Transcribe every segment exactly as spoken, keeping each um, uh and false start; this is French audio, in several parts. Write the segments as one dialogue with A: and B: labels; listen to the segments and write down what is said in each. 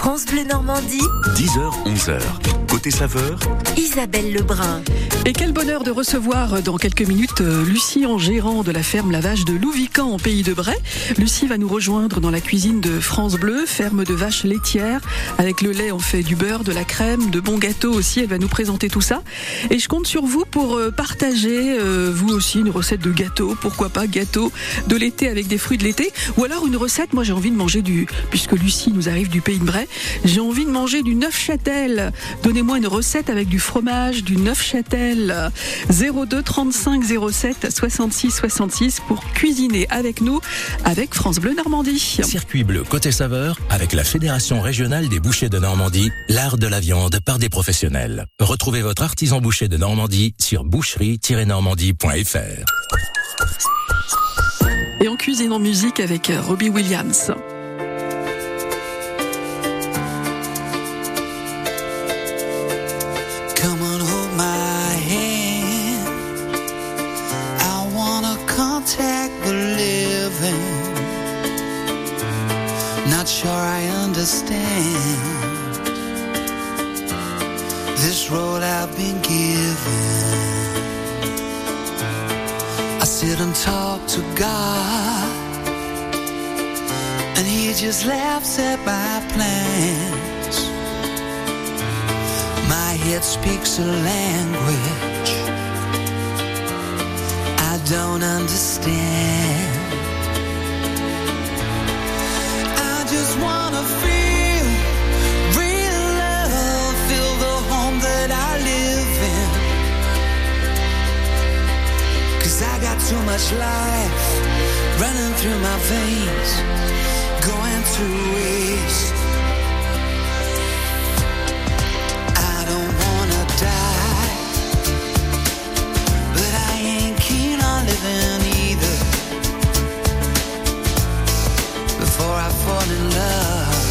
A: France Bleu Normandie,
B: dix heures onze heures. Côté saveur,
A: Isabelle Lebrun.
C: Et quel bonheur de recevoir dans quelques minutes Lucie Engérant de la ferme La Vache de Louvican en Pays de Bray. Lucie va nous rejoindre dans la cuisine de France Bleu, ferme de vaches laitières. Avec le lait, on fait du beurre, de la crème, de bons gâteaux aussi. Elle va nous présenter tout ça. Et je compte sur vous pour partager, euh, vous aussi, une recette de gâteau. Pourquoi pas gâteau de l'été avec des fruits de l'été. Ou alors une recette, moi j'ai envie de manger du... Puisque Lucie nous arrive du Pays de Bray, j'ai envie de manger du Neufchâtel. Donnez-moi une recette avec du fromage, du Neufchâtel. zéro deux trente-cinq zéro sept soixante-six soixante-six pour cuisiner avec nous, avec France Bleu Normandie.
D: Circuit bleu côté saveur avec la Fédération régionale des bouchers de Normandie, l'art de la viande par des professionnels. Retrouvez votre artisan boucher de Normandie sur boucherie tiret normandie point f r.
C: Et on cuisine en musique avec Robbie Williams.
E: Come on, hold my hand. I wanna contact the living. Not sure I understand this role I've been given. I sit and talk to God, and He just laughs at my plans. My head speaks a language I don't understand. I just wanna feel real love, feel the home that I live in. 'Cause I got too much life running through my veins, going to waste. Die, but I ain't keen on living either. Before I fall in love,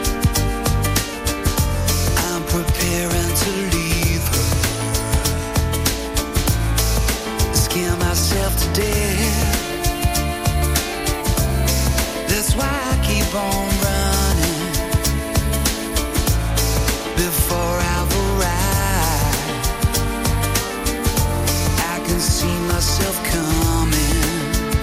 E: I'm preparing to leave her. Scare myself to death. That's why I keep on running before I've arrived. See myself coming.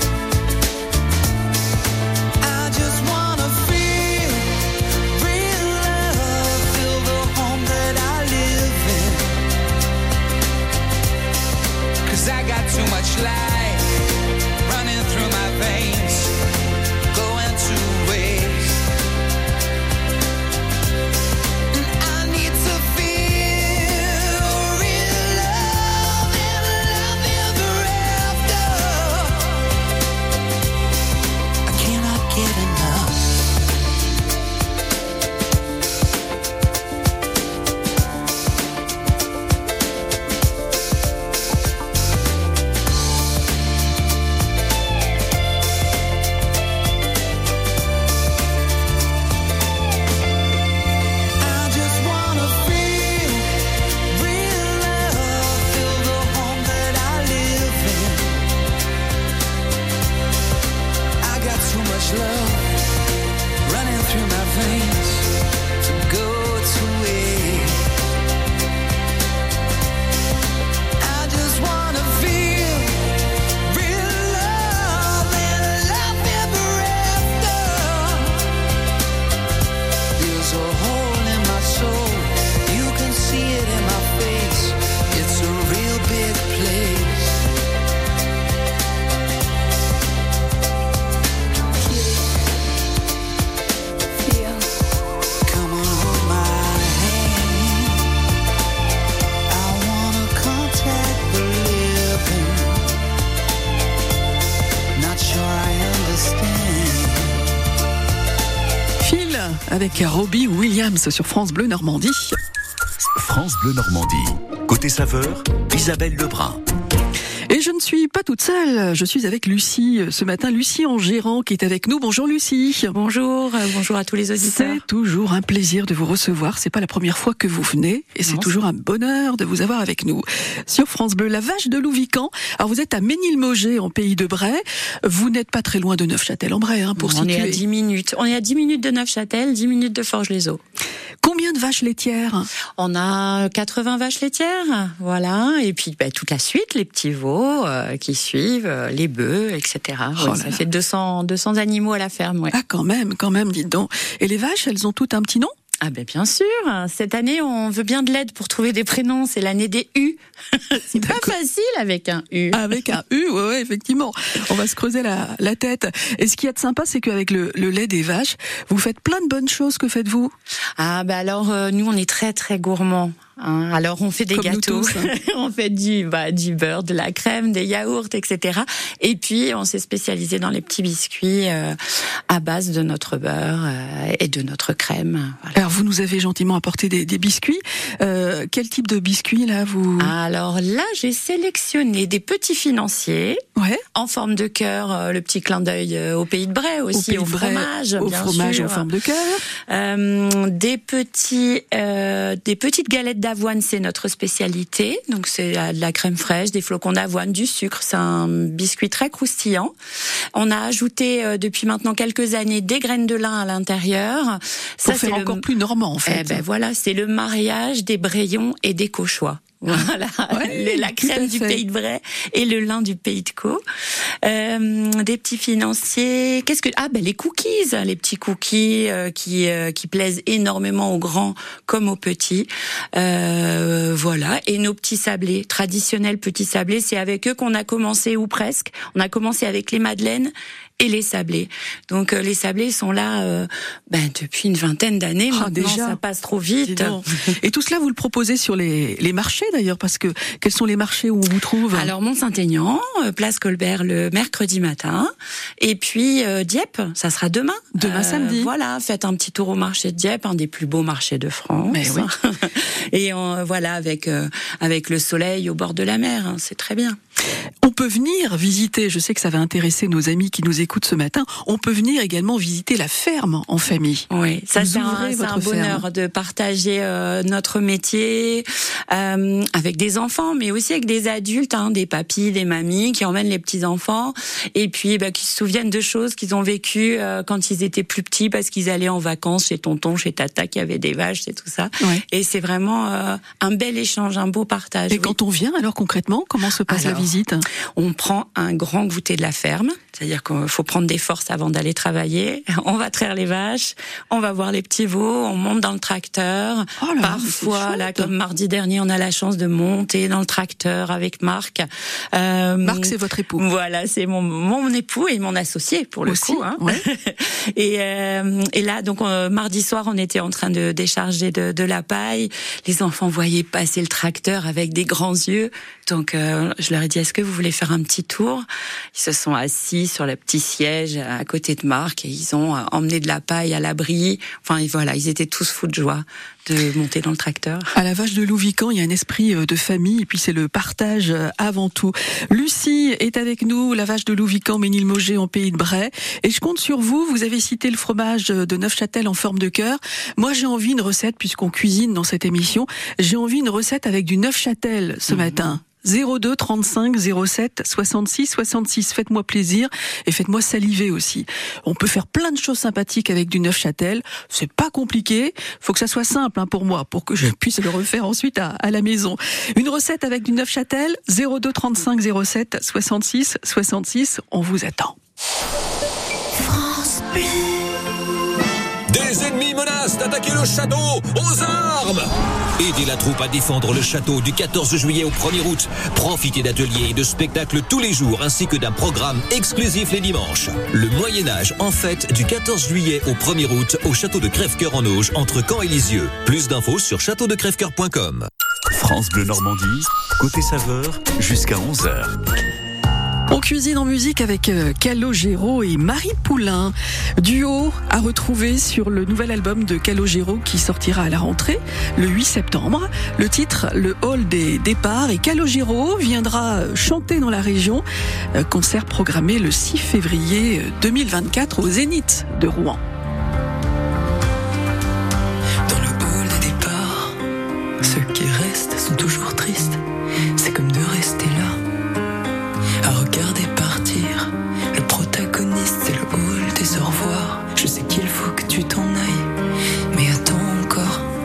E: I just wanna feel real love, feel the home that I live in. 'Cause I got too much life running through my veins, going to waste. And I need to feel real love and love ever after. I cannot get enough. I just wanna feel real love, feel the home that I live in. I got too much love running through my veins to go to waste. I just wanna feel real love and love ever after. There's a hole in my soul, you can see it in my face. It's a real big place. Come on, hold my hand. I wanna contact the living. Not sure I understand.
C: Phil avec Robbie Williams sur France Bleu Normandie.
B: France Bleu Normandie. Côté saveur, Isabelle Lebrun.
C: Et je ne suis pas toute seule, je suis avec Lucie ce matin, Lucie Engérant qui est avec nous. Bonjour Lucie.
F: Bonjour, euh, bonjour à tous les auditeurs.
C: C'est toujours un plaisir de vous recevoir, c'est pas la première fois que vous venez et c'est
F: Non,
C: toujours un bonheur de vous avoir avec nous. Sur France Bleu, La Vache de Louvican. Alors vous êtes à Ménilmogé en Pays de Bray, vous n'êtes pas très loin de Neufchâtel en Bray hein, pour
F: On
C: situer.
F: est à dix minutes, on est à dix minutes de Neufchâtel, dix minutes de Forges-les-Eaux.
C: Combien de vaches laitières?
F: On a quatre-vingts vaches laitières, voilà, et puis bah, toute la suite, les petits veaux euh, qui suivent, euh, les bœufs, et cetera.
C: Oh
F: Ouais, ça fait deux cents, deux cents animaux à la ferme, ouais.
C: Ah quand même, quand même, dites donc. Et les vaches, elles ont toutes un petit nom?
F: Ah ben bien sûr, cette année on veut bien de l'aide pour trouver des prénoms, c'est l'année des U. C'est pas facile avec un U.
C: Avec un U, ouais, ouais, effectivement. On va se creuser la, la tête. Et ce qu'il y a de sympa, c'est qu'avec le, le lait des vaches, vous faites plein de bonnes choses. Que faites-vous?
F: Ah ben alors euh, nous on est très très gourmands. Hein. Alors on fait des
C: Comme nous
F: gâteaux,
C: tous, hein.
F: On fait du bah, du beurre, de la crème, des yaourts, et cetera. Et puis on s'est spécialisé dans les petits biscuits euh, à base de notre beurre euh, et de notre crème. Voilà.
C: Alors vous nous avez gentiment apporté des, des biscuits. Euh, quel type de biscuits là vous?
F: Alors là j'ai sélectionné des petits financiers.
C: Ouais.
F: En forme de cœur, euh, le petit clin d'œil euh, au Pays de Bray aussi,
C: au,
F: au
C: Pays de Bray,
F: fromage,
C: au
F: bien
C: fromage
F: sûr.
C: en forme de cœur.
F: Euh, des petits, euh, des petites galettes d'avoine, c'est notre spécialité. Donc c'est euh, de la crème fraîche, des flocons d'avoine, du sucre. C'est un biscuit très croustillant. On a ajouté euh, depuis maintenant quelques années des graines de lin à l'intérieur.
C: Pour faire encore
F: le...
C: plus normand en fait.
F: Eh ben voilà, c'est le mariage des Brayons et des Cauchois. Voilà,
C: ouais,
F: le, la crème du Pays de Bray et le lin du Pays de Caux. Euh, des petits financiers. Qu'est-ce que ah ben les cookies, les petits cookies euh, qui euh, qui plaisent énormément aux grands comme aux petits. Euh, voilà, et nos petits sablés, traditionnels petits sablés, c'est avec eux qu'on a commencé ou presque. On a commencé avec les madeleines et les sablés. Donc euh, les sablés sont là euh, ben, depuis une vingtaine d'années.
C: Ah,
F: Maintenant,
C: déjà.
F: ça passe trop vite.
C: Et tout cela, vous le proposez sur les, les marchés d'ailleurs, parce que quels sont les marchés où on vous trouve?
F: Alors Mont-Saint-Aignan, euh, place Colbert le mercredi matin, et puis euh, Dieppe, ça sera demain.
C: Demain
F: Euh,
C: samedi.
F: Voilà, faites un petit tour au marché de Dieppe, un des plus beaux marchés de France.
C: Mais oui.
F: Et on, voilà, avec euh, avec le soleil au bord de la mer, hein, c'est très bien.
C: On peut venir visiter, je sais que ça va intéresser nos amis qui nous écoutent ce matin, on peut venir également visiter la ferme en famille.
F: Oui, ça
C: Vous
F: c'est un,
C: ouvrez
F: c'est un
C: votre
F: bonheur
C: ferme.
F: de partager euh, notre métier euh, avec des enfants, mais aussi avec des adultes, hein, des papis, des mamies qui emmènent les petits enfants et puis bah, qui se souviennent de choses qu'ils ont vécues euh, quand ils étaient plus petits parce qu'ils allaient en vacances chez tonton, chez tata, qui avait des vaches et tout ça.
C: Ouais.
F: Et c'est vraiment euh, un bel échange, un beau partage.
C: Et
F: oui.
C: quand on vient, alors concrètement, comment se passe
F: Alors,
C: la visite?
F: On prend un grand goûter de la ferme, c'est-à-dire qu'il faut prendre des forces avant d'aller travailler. On va traire les vaches, on va voir les petits veaux, on monte dans le tracteur.
C: Oh là là,
F: Parfois,
C: c'est
F: là,
C: chouette.
F: comme mardi dernier, on a la chance de monter dans le tracteur avec Marc. Euh,
C: Marc, c'est votre époux.
F: Voilà, c'est mon, mon époux et mon associé pour le
C: Aussi,
F: coup. Hein.
C: ouais.
F: et, euh, et là, donc euh, mardi soir, on était en train de décharger de, de la paille. Les enfants voyaient passer le tracteur avec des grands yeux. Donc, euh, je leur ai dit, est-ce que vous voulez faire un petit tour? Ils se sont assis sur le petit siège à côté de Marc et ils ont emmené de la paille à l'abri. Enfin, et voilà, ils étaient tous fous de joie de monter dans le tracteur.
C: À la vache de Louvican, il y a un esprit de famille et puis c'est le partage avant tout. Lucie est avec nous, la vache de Louvican, Ménilmogé en Pays de Bray. Et je compte sur vous, vous avez cité le fromage de Neufchâtel en forme de cœur. Moi, j'ai envie d'une recette, puisqu'on cuisine dans cette émission, j'ai envie d'une recette avec du Neufchâtel ce mmh. matin. zéro deux trente-cinq zéro sept soixante-six soixante-six. Faites-moi plaisir et faites-moi saliver aussi. On peut faire plein de choses sympathiques avec du Neufchâtel. C'est pas compliqué. Faut que ça soit simple hein, pour moi, pour que je puisse le refaire ensuite à, à la maison. Une recette avec du Neufchâtel, zéro deux trente-cinq zéro sept soixante-six soixante-six. On vous attend.
A: France Bleu.
G: Des ennemis menacent d'attaquer le château. Aux armes! Aidez la troupe à défendre le château du quatorze juillet au premier août. Profitez d'ateliers et de spectacles tous les jours ainsi que d'un programme exclusif les dimanches. Le Moyen-Âge en fête du quatorze juillet au premier août au château de Crèvecoeur en Auge entre Caen et Lisieux. Plus d'infos sur château de crèvecoeur point com.
B: France Bleu Normandie, côté saveur, jusqu'à onze heures.
C: On cuisine en musique avec Calogero et Marie Poulain. Duo à retrouver sur le nouvel album de Calogero qui sortira à la rentrée le huit septembre. Le titre, le hall des départs. Et Calogero viendra chanter dans la région. Concert programmé le six février deux mille vingt-quatre au Zénith de Rouen.
H: Dans le hall des départs, ceux qui restent sont toujours tristes. C'est comme de rester là. À regarder partir, le protagoniste c'est le hall des au revoir. Je sais qu'il faut que tu t'en ailles, mais attends encore.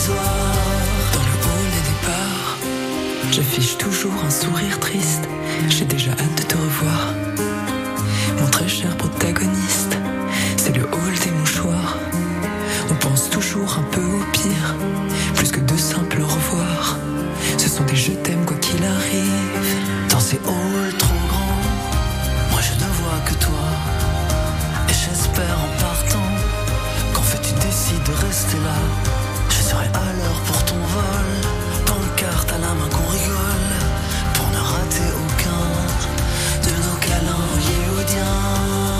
H: provisoire. Dans le hall des départs, j'affiche toujours un sourire triste. J'ai déjà hâte de te revoir. Mon très cher protagoniste, c'est le hall des mouchoirs. On pense toujours un peu au pire, plus que de simples au revoir. Ce sont des je t'aime quoi qu'il arrive.
I: Dans ces halls trop grands, moi je ne vois que toi. Et j'espère en partant qu'en fait tu décides de rester là. Je serai à l'heure pour ton vol, pancarte à la main qu'on rigole, pour ne rater aucun de nos câlins hollywoodiens.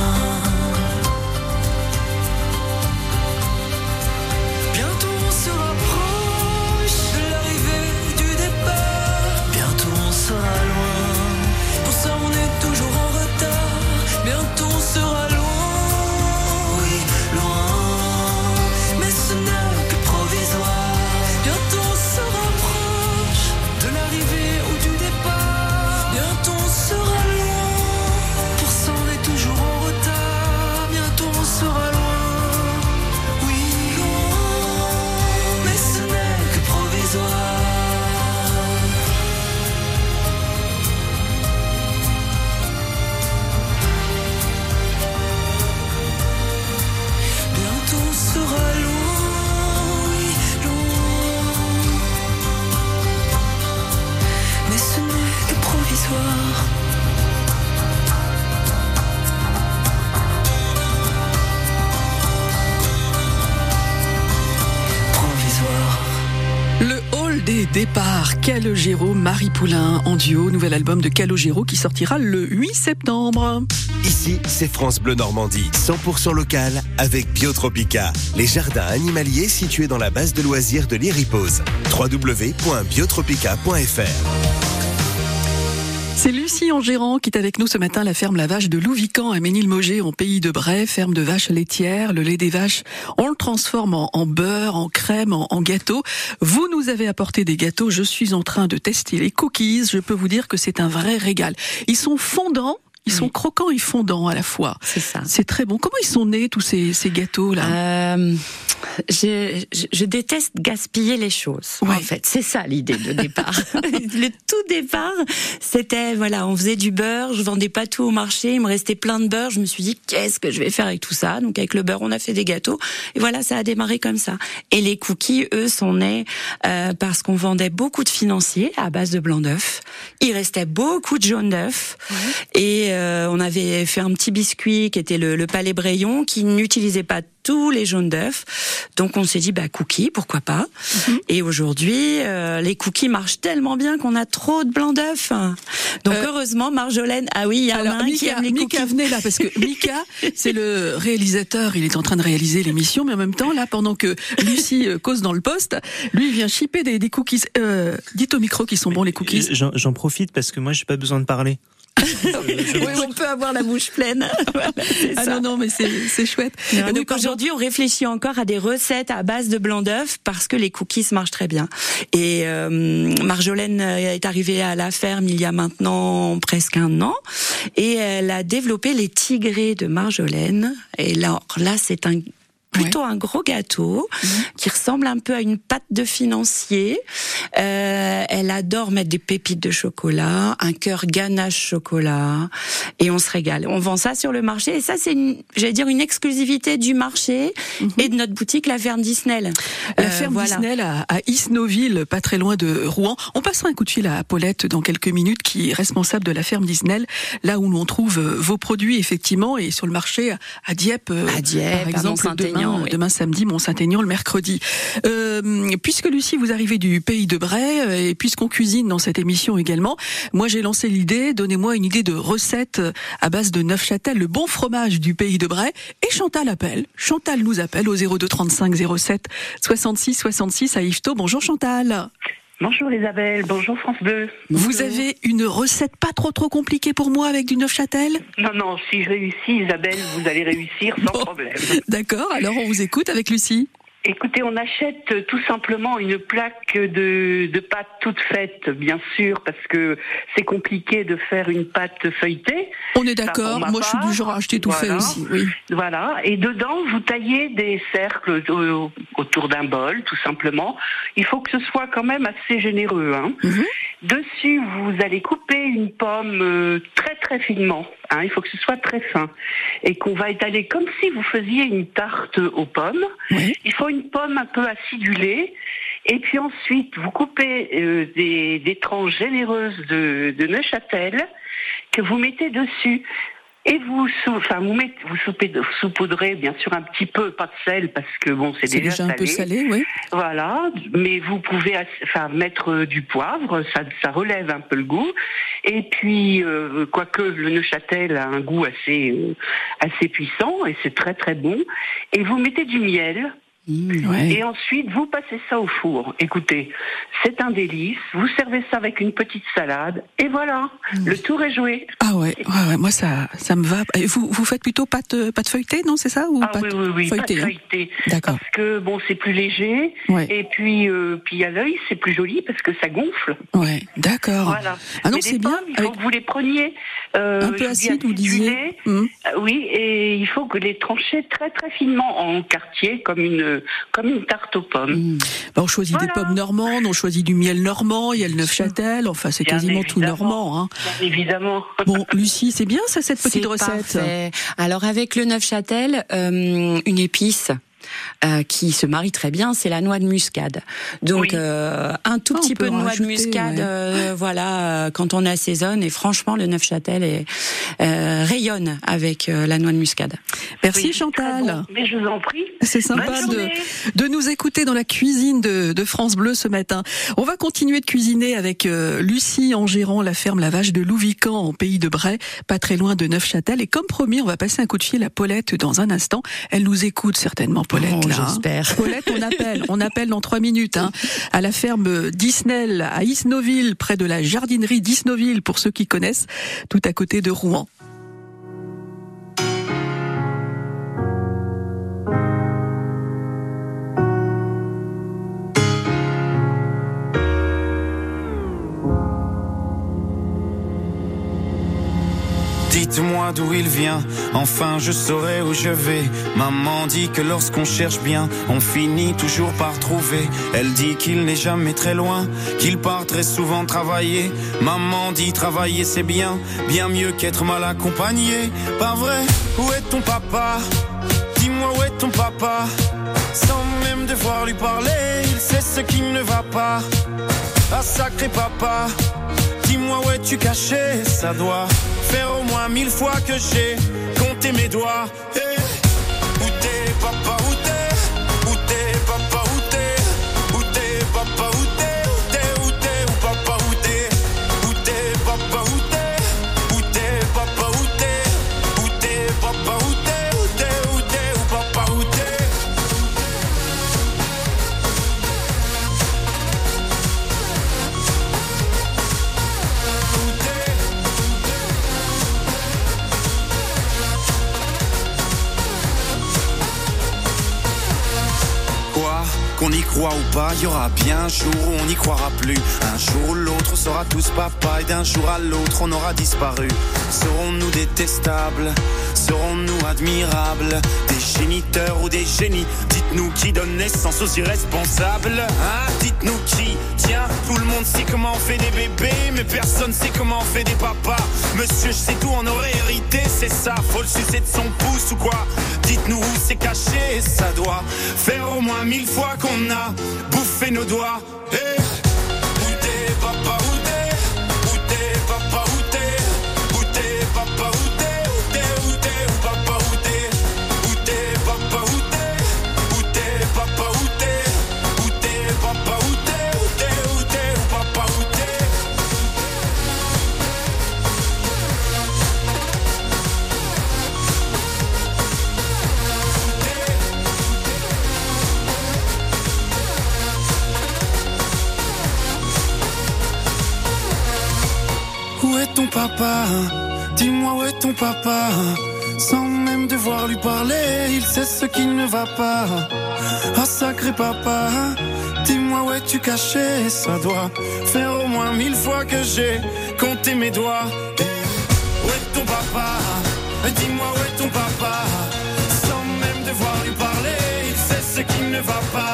H: Bientôt on se rapproche de l'arrivée du départ.
I: Bientôt on sera loin.
H: Pour ça on est toujours en retard. Bientôt on sera loin.
I: Oui, loin.
H: Mais ce n'est que provisoire. Bientôt on se rapproche de l'arrivée ou du départ. Bientôt on sera loin. Pour ça on est toujours en retard. Bientôt on sera loin. Oui, loin.
I: Mais ce n'est que provisoire.
H: Bientôt on sera loin, oui, loin. Mais ce n'est que provisoire.
I: Provisoire.
C: Le hall des départs, Calogero, Marie Poulain en duo, nouvel album de Calogero qui sortira le huit septembre.
J: Ici, c'est France Bleu Normandie, cent pour cent local avec Biotropica, les jardins animaliers situés dans la base de loisirs de l'Iripose. w w w point biotropica point f r.
C: C'est Lucie Engérant qui est avec nous ce matin à la ferme La Vache de Louvican à Ménilmogé en pays de Bray, ferme de vaches laitières. Le lait des vaches, on le transforme en, en beurre, en crème, en, en gâteau. Vous nous avez apporté des gâteaux, je suis en train de tester les cookies. Je peux vous dire que c'est un vrai régal. Ils sont fondants. Ils sont croquants et fondants à la fois.
F: C'est ça.
C: C'est très bon. Comment ils sont nés tous ces, ces gâteaux-là?
F: Euh, je, je, je déteste gaspiller les choses.
C: Ouais.
F: En fait, c'est ça l'idée de départ. Le tout départ, c'était voilà, on faisait du beurre, je vendais pas tout au marché, il me restait plein de beurre. Je me suis dit qu'est-ce que je vais faire avec tout ça? Donc avec le beurre, on a fait des gâteaux et voilà, ça a démarré comme ça. Et les cookies, eux, sont nés euh, parce qu'on vendait beaucoup de financiers à base de blanc d'œuf. Il restait beaucoup de jaune d'œuf ouais. et Euh, on avait fait un petit biscuit qui était le, le Palais Braillon, qui n'utilisait pas tous les jaunes d'œufs. Donc on s'est dit bah cookies, pourquoi pas. Mm-hmm. Et aujourd'hui, euh, les cookies marchent tellement bien qu'on a trop de blanc d'œuf. Donc euh, heureusement, Marjolaine, ah oui, il y en a un
C: Mika,
F: qui aime les
C: Mika,
F: cookies.
C: venez là parce que Mika, c'est le réalisateur. Il est en train de réaliser l'émission, mais en même temps, là, pendant que Lucie cause dans le poste, lui il vient shipper des, des cookies. Euh, dites au micro qu'ils sont bons les cookies.
K: J'en, j'en profite parce que moi j'ai pas besoin de parler.
F: Oui, on peut avoir la bouche pleine. Voilà,
C: ah ça. non, non, mais c'est, c'est chouette.
F: Non, donc oui, aujourd'hui, on réfléchit encore à des recettes à base de blanc d'œuf parce que les cookies marchent très bien. Et euh, Marjolaine est arrivée à la ferme il y a maintenant presque un an et elle a développé les tigrés de Marjolaine. Et là, là c'est un plutôt ouais. un gros gâteau mmh. qui ressemble un peu à une pâte de financier. Euh, elle adore mettre des pépites de chocolat, un cœur ganache chocolat, et on se régale. On vend ça sur le marché, et ça c'est, une, j'allais dire, une exclusivité du marché mmh. et de notre boutique La Ferme Disney.
C: La euh, Ferme voilà. Disney à, à Isnoville, pas très loin de Rouen. On passera un coup de fil à Paulette dans quelques minutes, qui est responsable de La Ferme Disney, là où l'on trouve vos produits effectivement, et sur le marché à Dieppe,
F: à Dieppe
C: par exemple,
F: à
C: demain,
F: oui.
C: demain samedi, Mont-Saint-Aignan le mercredi. Euh, puisque Lucie, vous arrivez du pays de Bray, et puisqu'on cuisine dans cette émission également, moi j'ai lancé l'idée, donnez-moi une idée de recette à base de Neufchâtel, le bon fromage du pays de Bray, et Chantal appelle. Chantal nous appelle au zéro deux trente-cinq zéro sept soixante-six soixante-six à Yvetot. Bonjour Chantal.
L: Bonjour Isabelle, bonjour France Bleu.
C: Vous
L: bonjour.
C: avez une recette pas trop trop compliquée pour moi avec du Neufchâtel ?
L: Non, non, si je réussis Isabelle, vous allez réussir sans bon. problème.
C: D'accord, alors on vous écoute avec Lucie.
L: Écoutez, on achète tout simplement une plaque de, de pâte toute faite, bien sûr, parce que c'est compliqué de faire une pâte feuilletée.
C: On est d'accord, moi part. Je suis du genre à acheter tout voilà. fait aussi. Oui.
L: Voilà, et dedans, vous taillez des cercles, autour d'un bol, tout simplement. Il faut que ce soit quand même assez généreux. Hein. Mm-hmm. Dessus, vous allez couper une pomme euh, très très finement. Hein. Il faut que ce soit très fin. Et qu'on va étaler comme si vous faisiez une tarte aux pommes. Oui. Il faut une pomme un peu acidulée. Et puis ensuite, vous coupez euh, des, des tranches généreuses de, de Neuchâtel que vous mettez dessus. Et vous, enfin, vous mettez, vous soupez, vous saupoudrez bien sûr un petit peu, pas de sel parce que bon, c'est,
C: c'est
L: déjà,
C: déjà un
L: salé.
C: peu salé, oui.
L: Voilà, mais vous pouvez, enfin, mettre du poivre, ça, ça relève un peu le goût. Et puis, euh, quoique le Neuchâtel a un goût assez, euh, assez puissant et c'est très très bon. Et vous mettez du miel. Mmh, ouais. Et ensuite, vous passez ça au four. Écoutez, c'est un délice. Vous servez ça avec une petite salade. Et voilà, mmh. le tour est joué.
C: Ah ouais, ouais, ouais moi ça, ça me va. Et vous, vous faites plutôt pâte, pâte feuilletée, non, c'est ça ou
L: Ah
C: pâte
L: oui, oui, oui,
C: feuilletée,
L: pâte
C: hein.
L: feuilletée.
C: D'accord.
L: Parce que bon, c'est plus léger.
C: Ouais.
L: Et puis, euh, puis à l'œil, c'est plus joli parce que ça gonfle.
C: Ouais, d'accord.
L: Voilà.
C: Ah non,
L: mais
C: c'est
L: pommes,
C: bien.
L: Il faut
C: avec...
L: que vous les preniez. Euh,
C: un peu acide, vous disiez.
L: Mmh. Euh, oui, et il faut que les trancher très très finement en quartier, comme une comme une tarte aux pommes.
C: Mmh. Bah, on choisit voilà. des pommes normandes, on choisit du miel normand, il y a le Neufchâtel, enfin c'est bien quasiment tout normand. Hein.
L: Bien évidemment.
C: Bon, Lucie, c'est bien ça cette petite
F: c'est
C: recette.
F: Parfait. Alors avec le Neufchâtel, euh, une épice. Euh, qui se marie très bien, c'est la noix de muscade. Donc oui. euh, un tout ah, petit peu de noix rajouter, de muscade, ouais. euh, voilà, euh, quand on assaisonne. Et franchement, le Neufchâtel est, euh, rayonne avec euh, la noix de muscade.
C: Merci
L: oui,
C: Chantal.
L: Bon. Mais je vous en prie.
C: C'est sympa de, de nous écouter dans la cuisine de, de France Bleu ce matin. On va continuer de cuisiner avec euh, Lucie en gérant la ferme La Vache de Louvican en Pays de Bray, pas très loin de Neufchâtel. Et comme promis, on va passer un coup de fil à Paulette dans un instant. Elle nous écoute certainement. Paulette,
F: oh,
C: là,
F: j'espère.
C: Hein. Paulette, on appelle, on appelle dans trois minutes, hein, à la ferme d'Isnel, à Isnoville, près de la jardinerie d'Isnoville, pour ceux qui connaissent, tout à côté de Rouen.
M: Dites-moi d'où il vient, enfin je saurai où je vais. Maman dit que lorsqu'on cherche bien, on finit toujours par trouver. Elle dit qu'il n'est jamais très loin, qu'il part très souvent travailler. Maman dit travailler c'est bien, bien mieux qu'être mal accompagné. Pas vrai, où est ton papa? Dis-moi où est ton papa? Sans même devoir lui parler, il sait ce qui ne va pas. Ah sacré papa, dis-moi où es-tu caché? Ça doit faire au moins mille fois que j'ai compté mes doigts. Hey. Où t'es papa, où t'es? Où t'es papa, où t'es? Où t'es papa, où t'es? Où t'es, où t'es, où papa, où t'es? Où t'es papa, où t'es? Où t'es papa, où t'es? Où t'es papa, où t'es? Où t'es, où t'es, où papa, où t'es? Qu'on y croit ou pas, il y aura bien un jour où on n'y croira plus. Un jour ou l'autre, on sera tous papa. Et d'un jour à l'autre, on aura disparu. Serons-nous détestables? Serons-nous admirables? Des géniteurs ou des génies? Dites-nous qui donne naissance aux irresponsables. Hein? Dites-nous qui? Tiens, tout le monde sait comment on fait des bébés, mais personne sait comment on fait des papas. Monsieur, je sais tout, on aurait hérité, c'est ça. Faut le sucer de son pouce ou quoi? Dites-nous où c'est caché, ça doit faire au moins mille fois qu'on a bouffé nos doigts. Hey. Où t'es papa, où t'es? Où t'es papa, où t'es? Où t'es papa, où t'es? Où t'es, où t'es, où papa, où t'es? Où t'es papa, où t'es? Où t'es papa, où t'es? Où t'es papa, où t'es? Où t'es, où t'es, où papa, où t'es? Où est ton papa? Dis-moi où est ton papa? Sans même devoir lui parler, il sait ce qui ne va pas. Ah sacré papa, dis-moi où es-tu caché? Ça doit faire au moins mille fois que j'ai compté mes doigts. Où est ton papa? Dis-moi où est ton papa? Sans même devoir lui parler, il sait ce qui ne va pas.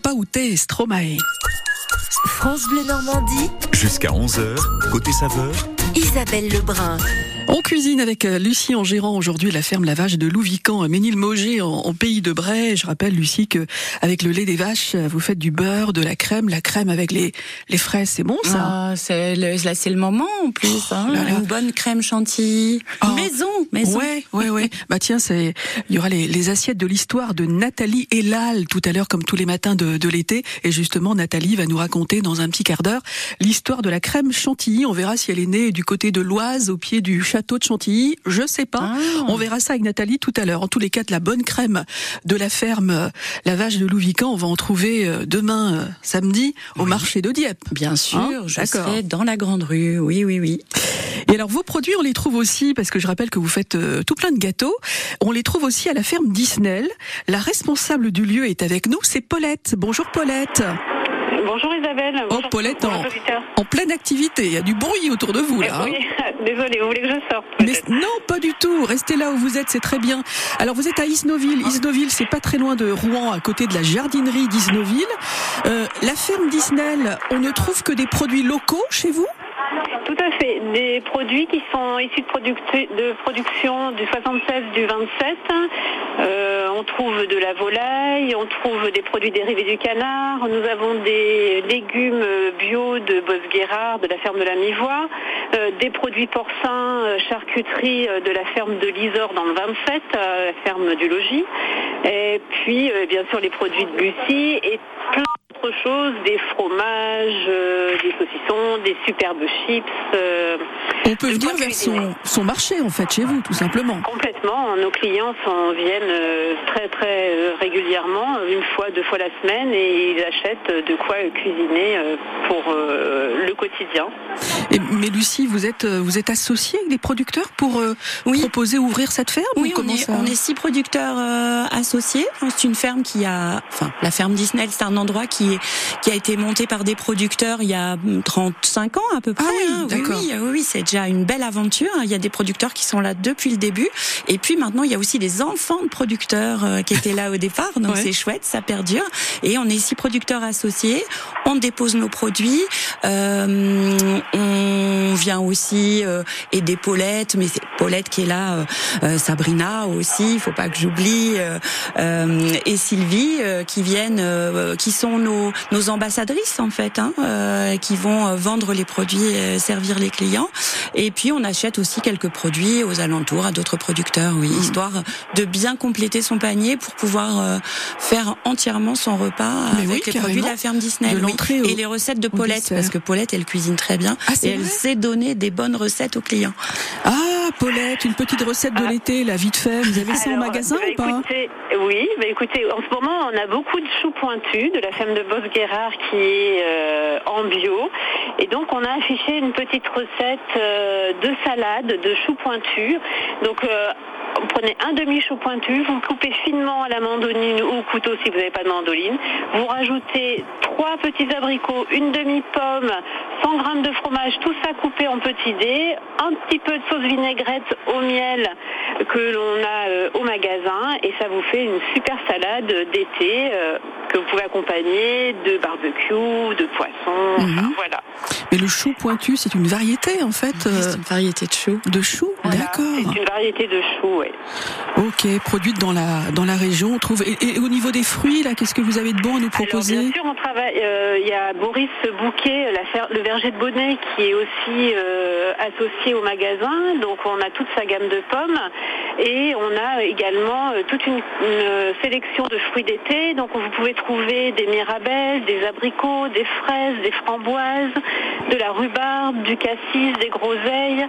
C: Paouté et Stromae.
A: France Bleu Normandie,
B: Jusqu'à onze heures, côté saveur,
A: Isabelle Lebrun.
C: On cuisine avec Lucie en gérant aujourd'hui la ferme La Vache de Louvican à Ménilmogé en, en pays de Bray. Je rappelle Lucie que avec le lait des vaches, vous faites du beurre, de la crème, la crème avec les les fraises, c'est bon ça.
F: Ah, c'est le, là c'est le moment en plus. Hein.
C: Oh là là.
F: Une bonne crème chantilly,
C: Oh.
F: maison, maison.
C: Ouais, ouais, ouais. Bah tiens, c'est il y aura les, les assiettes de l'histoire de Nathalie Elal tout à l'heure, comme tous les matins de, de l'été. Et justement, Nathalie va nous raconter dans un petit quart d'heure l'histoire de la crème chantilly. On verra si elle est née du côté de l'Oise, au pied du château de Chantilly. Je sais pas.
F: Ah.
C: On verra ça avec Nathalie tout à l'heure. En tous les cas, de la bonne crème de la ferme euh, La Vache de Louvican, on va en trouver euh, demain euh, samedi au
F: Oui.
C: marché de Dieppe.
F: Bien sûr,
C: Hein,
F: je
C: d'accord.
F: serai dans la grande rue. Oui, oui, oui.
C: Et alors vos produits, on les trouve aussi, parce que je rappelle que vous faites euh, tout plein de gâteaux, on les trouve aussi à la ferme d'Isnel. La responsable du lieu est avec nous, c'est Paulette. Bonjour Paulette.
N: Bonjour Isabelle.
C: Oh
N: Bonjour.
C: Paulette, en,
N: Bonjour, auditeurs.
C: en pleine activité, il y a du bruit autour de vous là.
N: Eh oui,
C: hein.
N: désolée, vous voulez que je sorte
C: Mais
N: peut-être.
C: non, pas du tout. Restez là où vous êtes, c'est très bien. Alors vous êtes à Isnoville. Isnoville, c'est pas très loin de Rouen, à côté de la jardinerie d'Isnoville. Euh, la ferme d'Isnel, on ne trouve que des produits locaux chez vous ?
N: Tout à fait. Des produits qui sont issus de, produc- de production du soixante-seize, du vingt-sept. Euh, on trouve de la volaille, on trouve des produits dérivés du canard. Nous avons des légumes bio de Bosguérard, de la ferme de la Mivoie. Euh, des produits porcins, euh, charcuterie euh, de la ferme de l'Isor dans le vingt-sept, euh, la ferme du Logis. Et puis, euh, bien sûr, les produits de Bussy et plein d'autres choses, des fromages, euh, des saucissons, des superbes chips. euh,
C: On peut
N: de
C: venir
N: quoi
C: vers
N: cuisiner.
C: son, son marché, en fait, chez vous, tout simplement.
N: Complètement. Nos clients sont, viennent euh, très très euh, régulièrement, une fois, deux fois la semaine, et ils achètent de quoi euh, cuisiner euh, pour euh, le quotidien.
C: Et, mais Lucie, vous êtes, euh, vous êtes associée avec des producteurs pour euh,
F: Oui.
C: proposer, ouvrir cette ferme
F: Oui,
C: ou
F: on
C: comment
F: est,
C: ça
F: on est six producteurs euh, associés. C'est une ferme qui a, enfin, la ferme d'Isnel, c'est un endroit qui est, qui a été monté par des producteurs il y a trente-cinq ans à peu près.
C: Ah oui,
F: hein.
C: d'accord.
F: Oui, oui, oui, c'est déjà une belle aventure. Il y a des producteurs qui sont là depuis le début. Et puis maintenant, il y a aussi des enfants de producteurs euh, qui étaient là au départ. Donc
C: Ouais.
F: c'est chouette, ça perdure. Et on est six producteurs associés. On dépose nos produits. Euh, on vient aussi euh, aider Paulette, mais c'est Paulette qui est là, euh, euh, Sabrina aussi, il faut pas que j'oublie, euh, euh, et Sylvie euh, qui viennent, euh, qui sont nos, nos ambassadrices en fait, hein, euh, qui vont euh, vendre les produits, euh, servir les clients. Et puis on achète aussi quelques produits aux alentours à d'autres producteurs, oui, mmh. histoire de bien compléter son panier pour pouvoir euh, faire entièrement son repas
C: Mais
F: avec
C: oui,
F: les produits de la ferme Disney.
C: De
F: oui.
C: l'entrée au-
F: Et les recettes de
C: au
F: Paulette,
C: dessert.
F: parce que Paulette elle cuisine très bien
C: Ah, c'est
F: et elle
C: vrai
F: sait donner des bonnes recettes aux clients.
C: Ah, Paulette, une petite recette de
N: Ah.
C: l'été, là, vite fait. Vous avez ça en
N: Alors,
C: magasin
N: bah,
C: ou pas
N: écoutez, Oui, bah, écoutez, en ce moment, on a beaucoup de choux pointus de la ferme de Bosguérard qui est euh, en bio. Et donc, on a affiché une petite recette euh, de salade de choux pointus. Donc, euh, vous prenez un demi-chou pointu, vous le coupez finement à la mandoline ou au couteau si vous n'avez pas de mandoline. Vous rajoutez trois petits abricots, une demi-pomme, cent grammes de fromage, tout ça coupé en petits dés, un petit peu de sauce vinaigrette au miel que l'on a euh, au magasin, et ça vous fait une super salade d'été euh, que vous pouvez accompagner de barbecue, de poisson,
C: Mhm.
N: enfin, voilà.
C: Mais le chou pointu, c'est une variété, en fait.
F: Oui,
C: euh,
F: c'est une variété de choux.
C: De choux,
N: Voilà,
C: d'accord.
N: c'est une variété de choux, oui.
C: Ok, produite dans la dans la région, on trouve. Et, et au niveau des fruits, là, qu'est-ce que vous avez de bon à nous
N: Alors,
C: proposer?
N: bien sûr, on travaille. euh, Il y a Boris Bouquet, la fer- le verger de Bonnet, qui est aussi euh, associé au magasin. Donc, on a toute sa gamme de pommes et on a également euh, toute une, une sélection de fruits d'été. Donc, vous pouvez trouver des mirabelles, des abricots, des fraises, des framboises, de la rhubarbe, du cassis, des groseilles.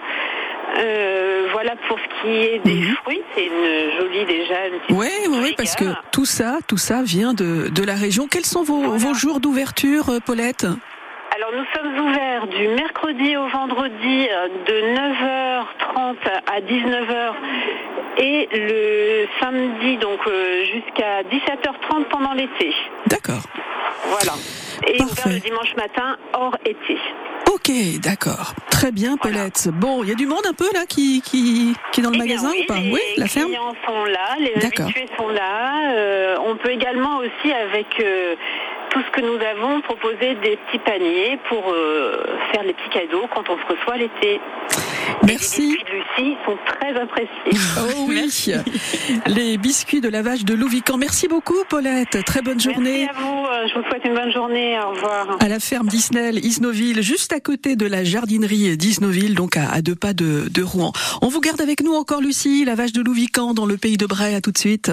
N: Euh, voilà pour ce qui est des
C: Mhm.
N: fruits. C'est une jolie déjà. Une petite
C: Oui, oui, oui, parce que
N: gamme.
C: tout ça, tout ça vient de, de la région. Quels sont vos,
N: Voilà.
C: vos jours d'ouverture, euh, Paulette?
N: Alors nous sommes ouverts du mercredi au vendredi euh, de neuf heures trente à dix-neuf heures et le samedi donc euh, jusqu'à dix-sept heures trente pendant l'été.
C: D'accord.
N: Voilà. Et
C: Parfait.
N: ouvert le dimanche matin hors été.
C: Ok, d'accord. Très bien, Paulette. Bon, il y a du monde un peu là qui qui, qui est dans le
N: Eh bien,
C: magasin
N: oui,
C: ou pas?
N: les
C: Oui, la ferme.
N: clients sont là, les
C: D'accord.
N: habitués sont là. Euh, on peut également aussi avec euh, tout ce que nous avons, proposer des petits paniers pour euh, faire les petits cadeaux quand on se reçoit l'été.
C: Merci.
N: Et les biscuits de Lucie sont très appréciés.
C: Oh oui, les biscuits de la vache de Louvican. Merci beaucoup Paulette, très bonne journée.
N: Merci à vous, je vous souhaite une bonne journée, au revoir.
C: À la ferme d'Isnel, Isnoville, juste à côté de la jardinerie d'Isnoville, donc à, à deux pas de, de Rouen. On vous garde avec nous encore Lucie, la vache de Louvican dans le pays de Bray, à tout de suite.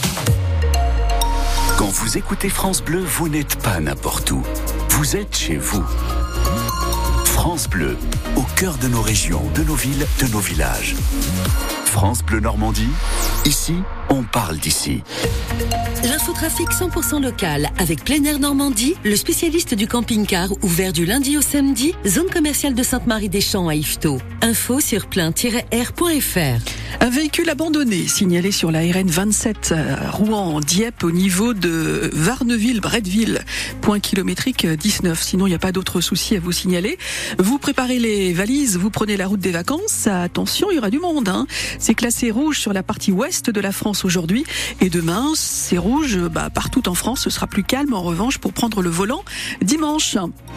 B: Quand vous écoutez France Bleu, vous n'êtes pas n'importe où. Vous êtes chez vous. France Bleu, au cœur de nos régions, de nos villes, de nos villages. France Bleu Normandie, ici, on parle d'ici.
A: L'infotrafic cent pour cent local avec Plein Air Normandie, le spécialiste du camping-car ouvert du lundi au samedi, zone commerciale de Sainte-Marie-des-Champs à Yvetot. Info sur plein tiret air point f r.
C: Un véhicule abandonné signalé sur la R N vingt-sept Rouen-Dieppe au niveau de Varneville-Bretteville, point kilométrique dix-neuf. Sinon, il n'y a pas d'autres soucis à vous signaler. Vous préparez les valises, vous prenez la route des vacances. Attention, il y aura du monde, hein. C'est classé rouge sur la partie ouest de la France aujourd'hui. Et demain, c'est rouge bah, partout en France. Ce sera plus calme, en revanche, pour prendre le volant dimanche.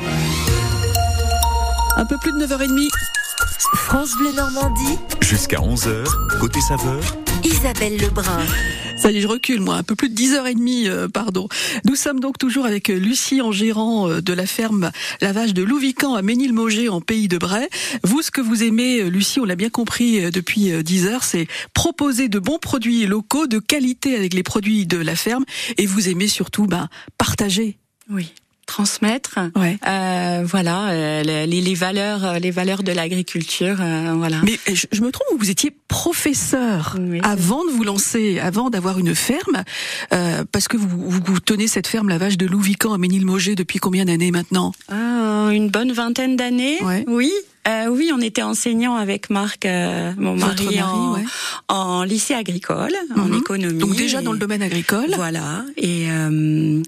C: Un peu plus de neuf heures trente.
A: France Bleu Normandie.
B: Jusqu'à onze heures, côté saveur,
A: Isabelle Lebrun.
C: Ça y est, je recule, moi. Un peu plus de dix heures trente, euh, pardon. Nous sommes donc toujours avec Lucie, en gérant de la ferme La Vache de Louvican à Ménilmogé, en Pays de Bray. Vous, ce que vous aimez, Lucie, on l'a bien compris depuis dix heures, c'est proposer de bons produits locaux, de qualité avec les produits de la ferme. Et vous aimez surtout, ben, partager.
F: Oui. Transmettre,
C: ouais.
F: euh, voilà, euh, les, les valeurs, les valeurs de l'agriculture, euh, voilà.
C: Mais je, je me trompe, vous étiez professeur oui, avant de vous lancer, avant d'avoir une ferme, euh, parce que vous, vous, vous tenez cette ferme, La Vache de Louvican à Ménilmogé, depuis combien d'années maintenant?
F: Ah, une bonne vingtaine d'années,
C: ouais.
F: Oui. Euh, oui, on était enseignant avec Marc, euh, mon mari,
C: mari
F: en,
C: ouais.
F: en lycée agricole, mm-hmm. en économie.
C: Donc déjà et, dans le domaine agricole.
F: Voilà. Et euh,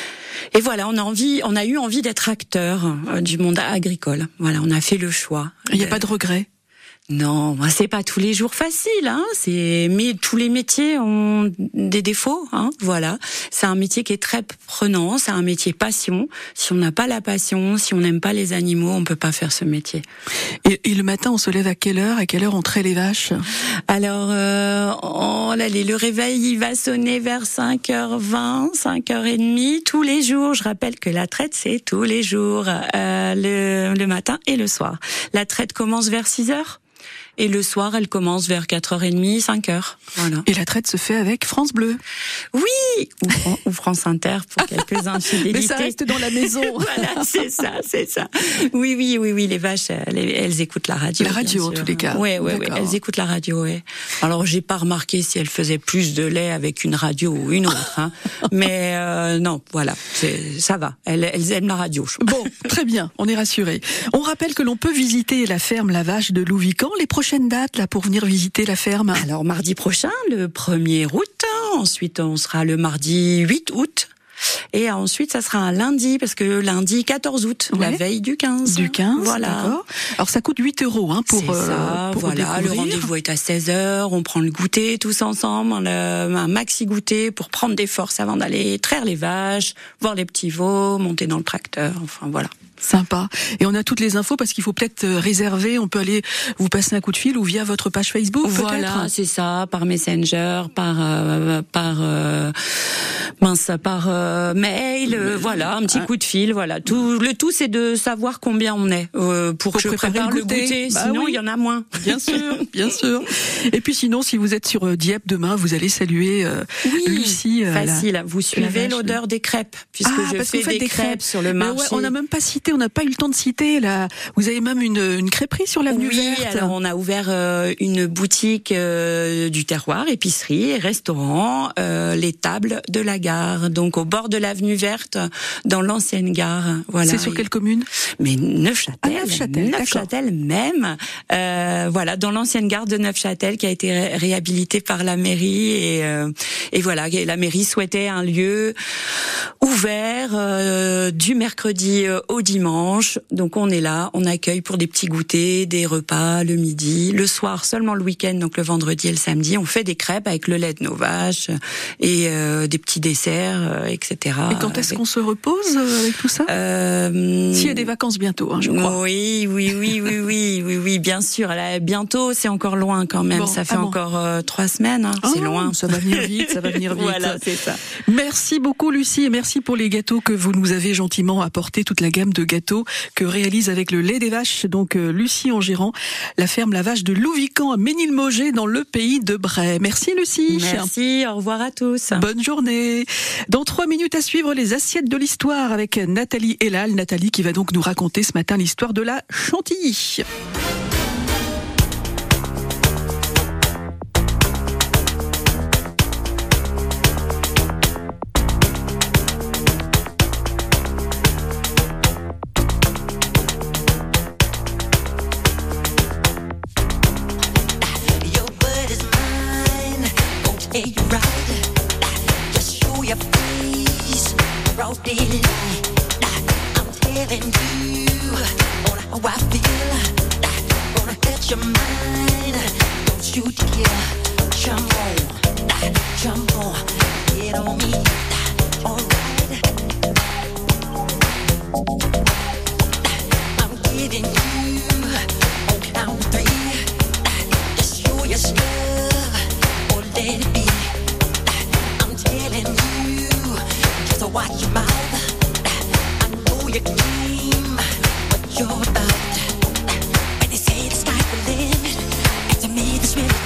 F: Et voilà, on a envie, on a eu envie d'être acteur du monde agricole. Voilà, on a fait le choix.
C: Il n'y a de... pas de regret?
F: Non, c'est pas tous les jours facile, hein. C'est, mais tous les métiers ont des défauts, hein. Voilà. C'est un métier qui est très prenant, c'est un métier passion. Si on n'a pas la passion, si on n'aime pas les animaux, on peut pas faire ce métier.
C: Et, et le matin, on se lève à quelle heure? À quelle heure on traite les vaches?
F: Alors, euh, on, allez, le réveil, il va sonner vers cinq heures vingt, cinq heures trente, tous les jours. Je rappelle que la traite, c'est tous les jours, euh, le, le matin et le soir. La traite commence vers six heures. Et le soir, elle commence vers quatre heures trente, cinq heures. Voilà.
C: Et la traite se fait avec France Bleu.
F: Oui, ou, ou France Inter pour quelques infidélités.
C: Mais ça reste dans la maison.
F: Voilà, c'est ça, c'est ça. Oui, oui, oui, oui, les vaches, elles, elles écoutent la radio.
C: La radio, en tous les cas.
F: Oui, oui, oui, elles écoutent la radio, oui. Alors, j'ai pas remarqué si elles faisaient plus de lait avec une radio ou une autre, hein. Mais euh, non, voilà, c'est, ça va. Elles, elles aiment la radio. Je
C: bon, très bien, on est rassurés. On rappelle que l'on peut visiter la ferme La Vache de Louvican. Les prochaines dates là pour venir visiter la ferme?
F: Alors mardi prochain, le premier août. Ensuite, on sera le mardi huit août. Et ensuite, ça sera un lundi, parce que lundi quatorze août, ouais. La veille du quinze.
C: Du quinze,
F: voilà.
C: D'accord. Alors ça coûte huit euros hein, pour,
F: c'est ça,
C: euh, pour
F: voilà,
C: découvrir.
F: Le rendez-vous est à seize heures, on prend le goûter tous ensemble, un maxi goûter pour prendre des forces avant d'aller traire les vaches, voir les petits veaux, monter dans le tracteur, enfin voilà.
C: Sympa. Et on a toutes les infos parce qu'il faut peut-être réserver. On peut aller vous passer un coup de fil ou via votre page Facebook.
F: Voilà,
C: peut-être.
F: C'est ça, par Messenger, par euh, par euh, mince, par euh, mail. Euh, voilà, un petit coup de fil. Voilà, tout le tout, c'est de savoir combien on est euh, pour, pour que je prépare le goûter. Le goûter. Bah sinon, il oui. y en a moins.
C: Bien sûr, bien sûr. Et puis sinon, si vous êtes sur Dieppe demain, vous allez saluer euh,
F: oui,
C: Lucie.
F: Euh, facile. La, vous suivez l'odeur des crêpes puisque
C: ah,
F: je fais des, des crêpes, crêpes sur le marché.
C: Ouais, on n'a même pas cité. On n'a pas eu le temps de citer là. Vous avez même une, une crêperie sur l'avenue
F: oui,
C: Verte.
F: Oui, alors on a ouvert euh, une boutique euh, du terroir, épicerie et restaurant, euh, les tables de la gare, donc au bord de l'avenue Verte, dans l'ancienne gare. Voilà.
C: C'est sur quelle commune?
F: Mais Neufchâtel.
C: Ah, Neufchâtel,
F: Neufchâtel même. Euh, voilà, dans l'ancienne gare de Neufchâtel qui a été ré- réhabilitée par la mairie et euh, et voilà, la mairie souhaitait un lieu ouvert euh, du mercredi au dimanche. Donc on est là, on accueille pour des petits goûters, des repas le midi, le soir seulement le week-end, donc le vendredi et le samedi, on fait des crêpes avec le lait de nos vaches et euh, des petits desserts, euh, et cetera.
C: Et quand est-ce
F: avec...
C: qu'on se repose avec tout ça euh... S'il y a des vacances bientôt, hein, je crois.
F: Oui, oui, oui, oui, oui, oui, oui, bien sûr. Là, bientôt, c'est encore loin quand même. Bon, ça fait ah bon. encore euh, trois semaines. Hein.
C: Ah,
F: c'est loin.
C: Ça va venir vite, ça va venir vite.
F: Voilà, c'est ça.
C: Merci beaucoup, Lucie, et merci pour les gâteaux que vous nous avez gentiment apportés, toute la gamme de gâteaux que réalise avec le lait des vaches, donc euh, Lucie en gérant la ferme La Vache de Louvican à Ménilmogé dans le pays de Bray. Merci, Lucie.
F: Merci, au revoir à tous.
C: Bonne journée. Dans trois minutes à suivre, les assiettes de l'histoire avec Nathalie Elal. Nathalie qui va donc nous raconter ce matin l'histoire de la chantilly.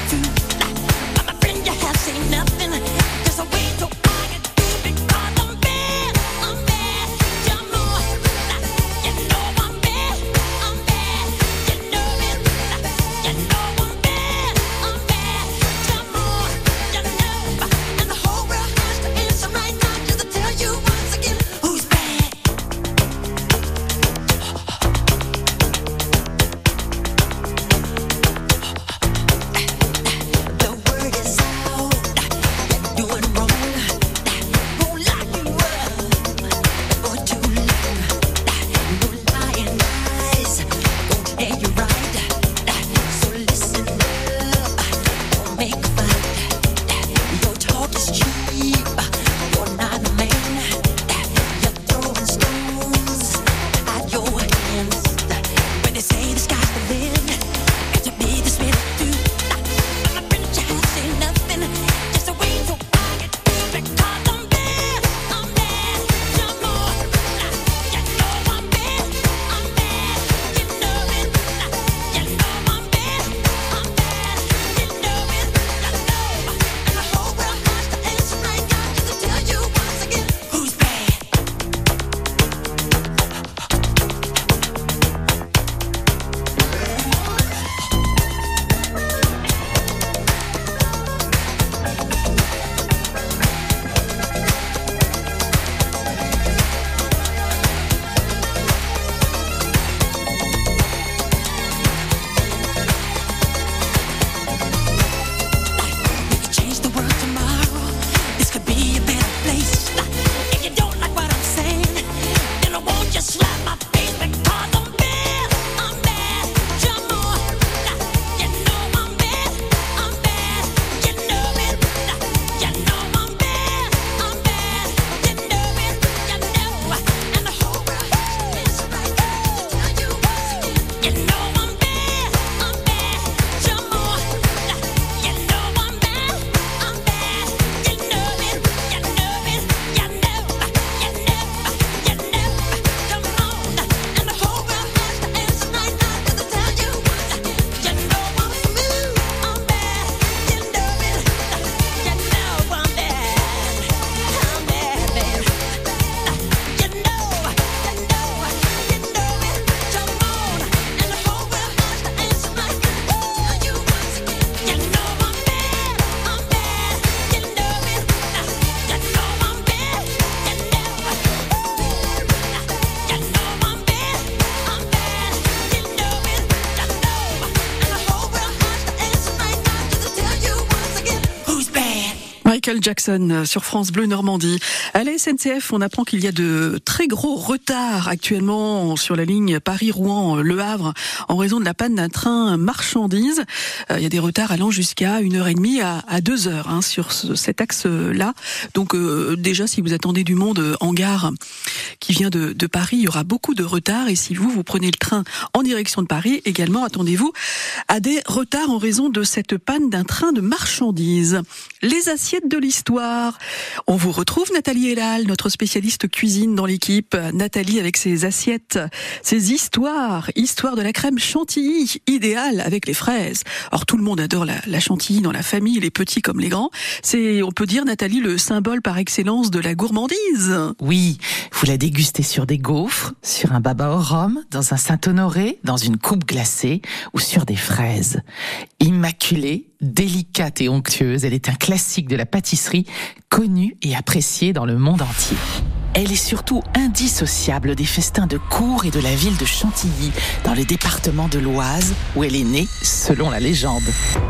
O: Nothing, just a way to argue, stupid, cause I'm
C: Michael Jackson sur France Bleu Normandie. À la S N C F, on apprend qu'il y a de très gros retards actuellement sur la ligne Paris-Rouen-Le Havre en raison de la panne d'un train marchandises. Il y a des retards allant jusqu'à une heure et demie à, à deux heures hein, sur ce, cet axe-là. Donc euh, déjà, si vous attendez du monde en gare qui vient de, de Paris, il y aura beaucoup de retards. Et si vous, vous prenez le train en direction de Paris, également, attendez-vous à des retards en raison de cette panne d'un train de marchandises. Les assiettes de l'histoire. On vous retrouve Nathalie Elal, notre spécialiste cuisine dans l'équipe. Nathalie avec ses assiettes, ses histoires, histoire de la crème chantilly, idéale avec les fraises. Alors tout le monde adore la, la chantilly dans la famille, les petits comme les grands. C'est, on peut dire Nathalie, le symbole par excellence de la gourmandise.
O: Oui, vous la dégustez sur des gaufres, sur un baba au rhum, dans un Saint-Honoré, dans une coupe glacée ou sur des fraises. Immaculée, délicate et onctueuse, elle est un classique de la pâtisserie, connue et appréciée dans le monde entier. Elle est surtout indissociable des festins de cour et de la ville de Chantilly, dans le département de l'Oise, où elle est née, selon la légende.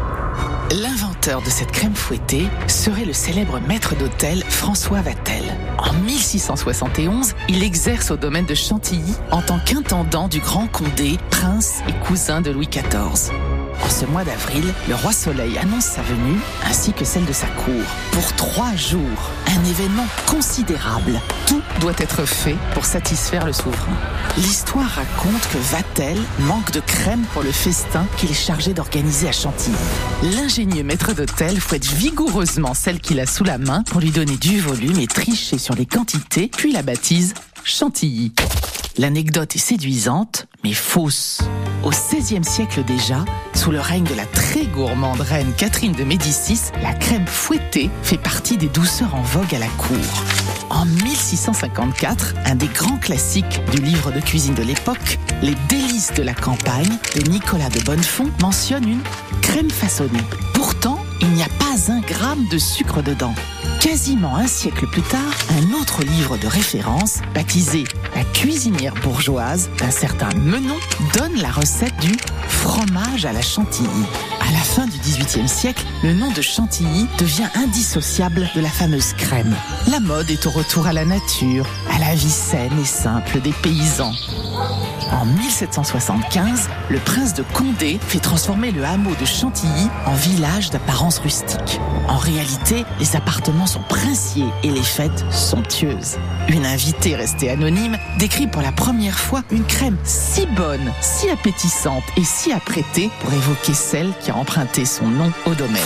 O: L'inventeur de cette crème fouettée serait le célèbre maître d'hôtel François Vatel. En mille six cent soixante et onze, il exerce au domaine de Chantilly en tant qu'intendant du Grand Condé, prince et cousin de Louis quatorze. En ce mois d'avril, le roi Soleil annonce sa venue, ainsi que celle de sa cour, pour trois jours. Un événement considérable. Tout doit être fait pour satisfaire le souverain. L'histoire raconte que Vatel manque de crème pour le festin qu'il est chargé d'organiser à Chantilly. L'ingénieux maître d'hôtel fouette vigoureusement celle qu'il a sous la main pour lui donner du volume et tricher sur les quantités, puis la baptise Chantilly. L'anecdote est séduisante, mais fausse. Au seizième siècle déjà, sous le règne de la très gourmande reine Catherine de Médicis, la crème fouettée fait partie des douceurs en vogue à la cour. En mille six cent cinquante-quatre, un des grands classiques du livre de cuisine de l'époque, Les délices de la campagne, de Nicolas de Bonnefond, mentionne une crème façonnée. Pourtant, il n'y a pas un gramme de sucre dedans. Quasiment un siècle plus tard, un autre livre de référence, baptisé La cuisinière bourgeoise, d'un certain Menon, donne la recette du fromage à la chantilly. À la fin du dix-huitième siècle, le nom de chantilly devient indissociable de la fameuse crème. La mode est au retour à la nature, à la vie saine et simple des paysans. En mille sept cent soixante-quinze, le prince de Condé fait transformer le hameau de Chantilly en village d'apparence rustique. En réalité, les appartements sont princiers et les fêtes somptueuses. Une invitée restée anonyme décrit pour la première fois une crème si bonne, si appétissante et si apprêtée pour évoquer celle qui a emprunté son nom au domaine.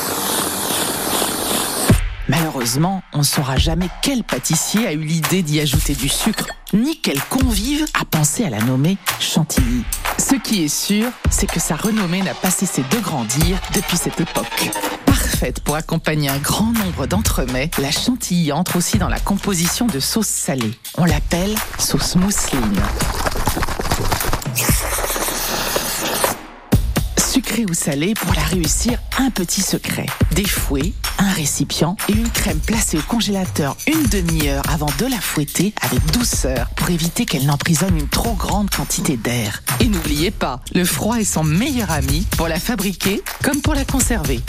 O: Malheureusement, on ne saura jamais quel pâtissier a eu l'idée d'y ajouter du sucre, ni quel convive a pensé à la nommer Chantilly. Ce qui est sûr, c'est que sa renommée n'a pas cessé de grandir depuis cette époque. Parfaite pour accompagner un grand nombre d'entremets, la chantilly entre aussi dans la composition de sauces salées. On l'appelle sauce mousseline. Sucré ou salé, pour la réussir, un petit secret. Des fouets, un récipient et une crème placée au congélateur une demi-heure avant de la fouetter avec douceur pour éviter qu'elle n'emprisonne une trop grande quantité d'air. Et n'oubliez pas, le froid est son meilleur ami pour la fabriquer comme pour la conserver.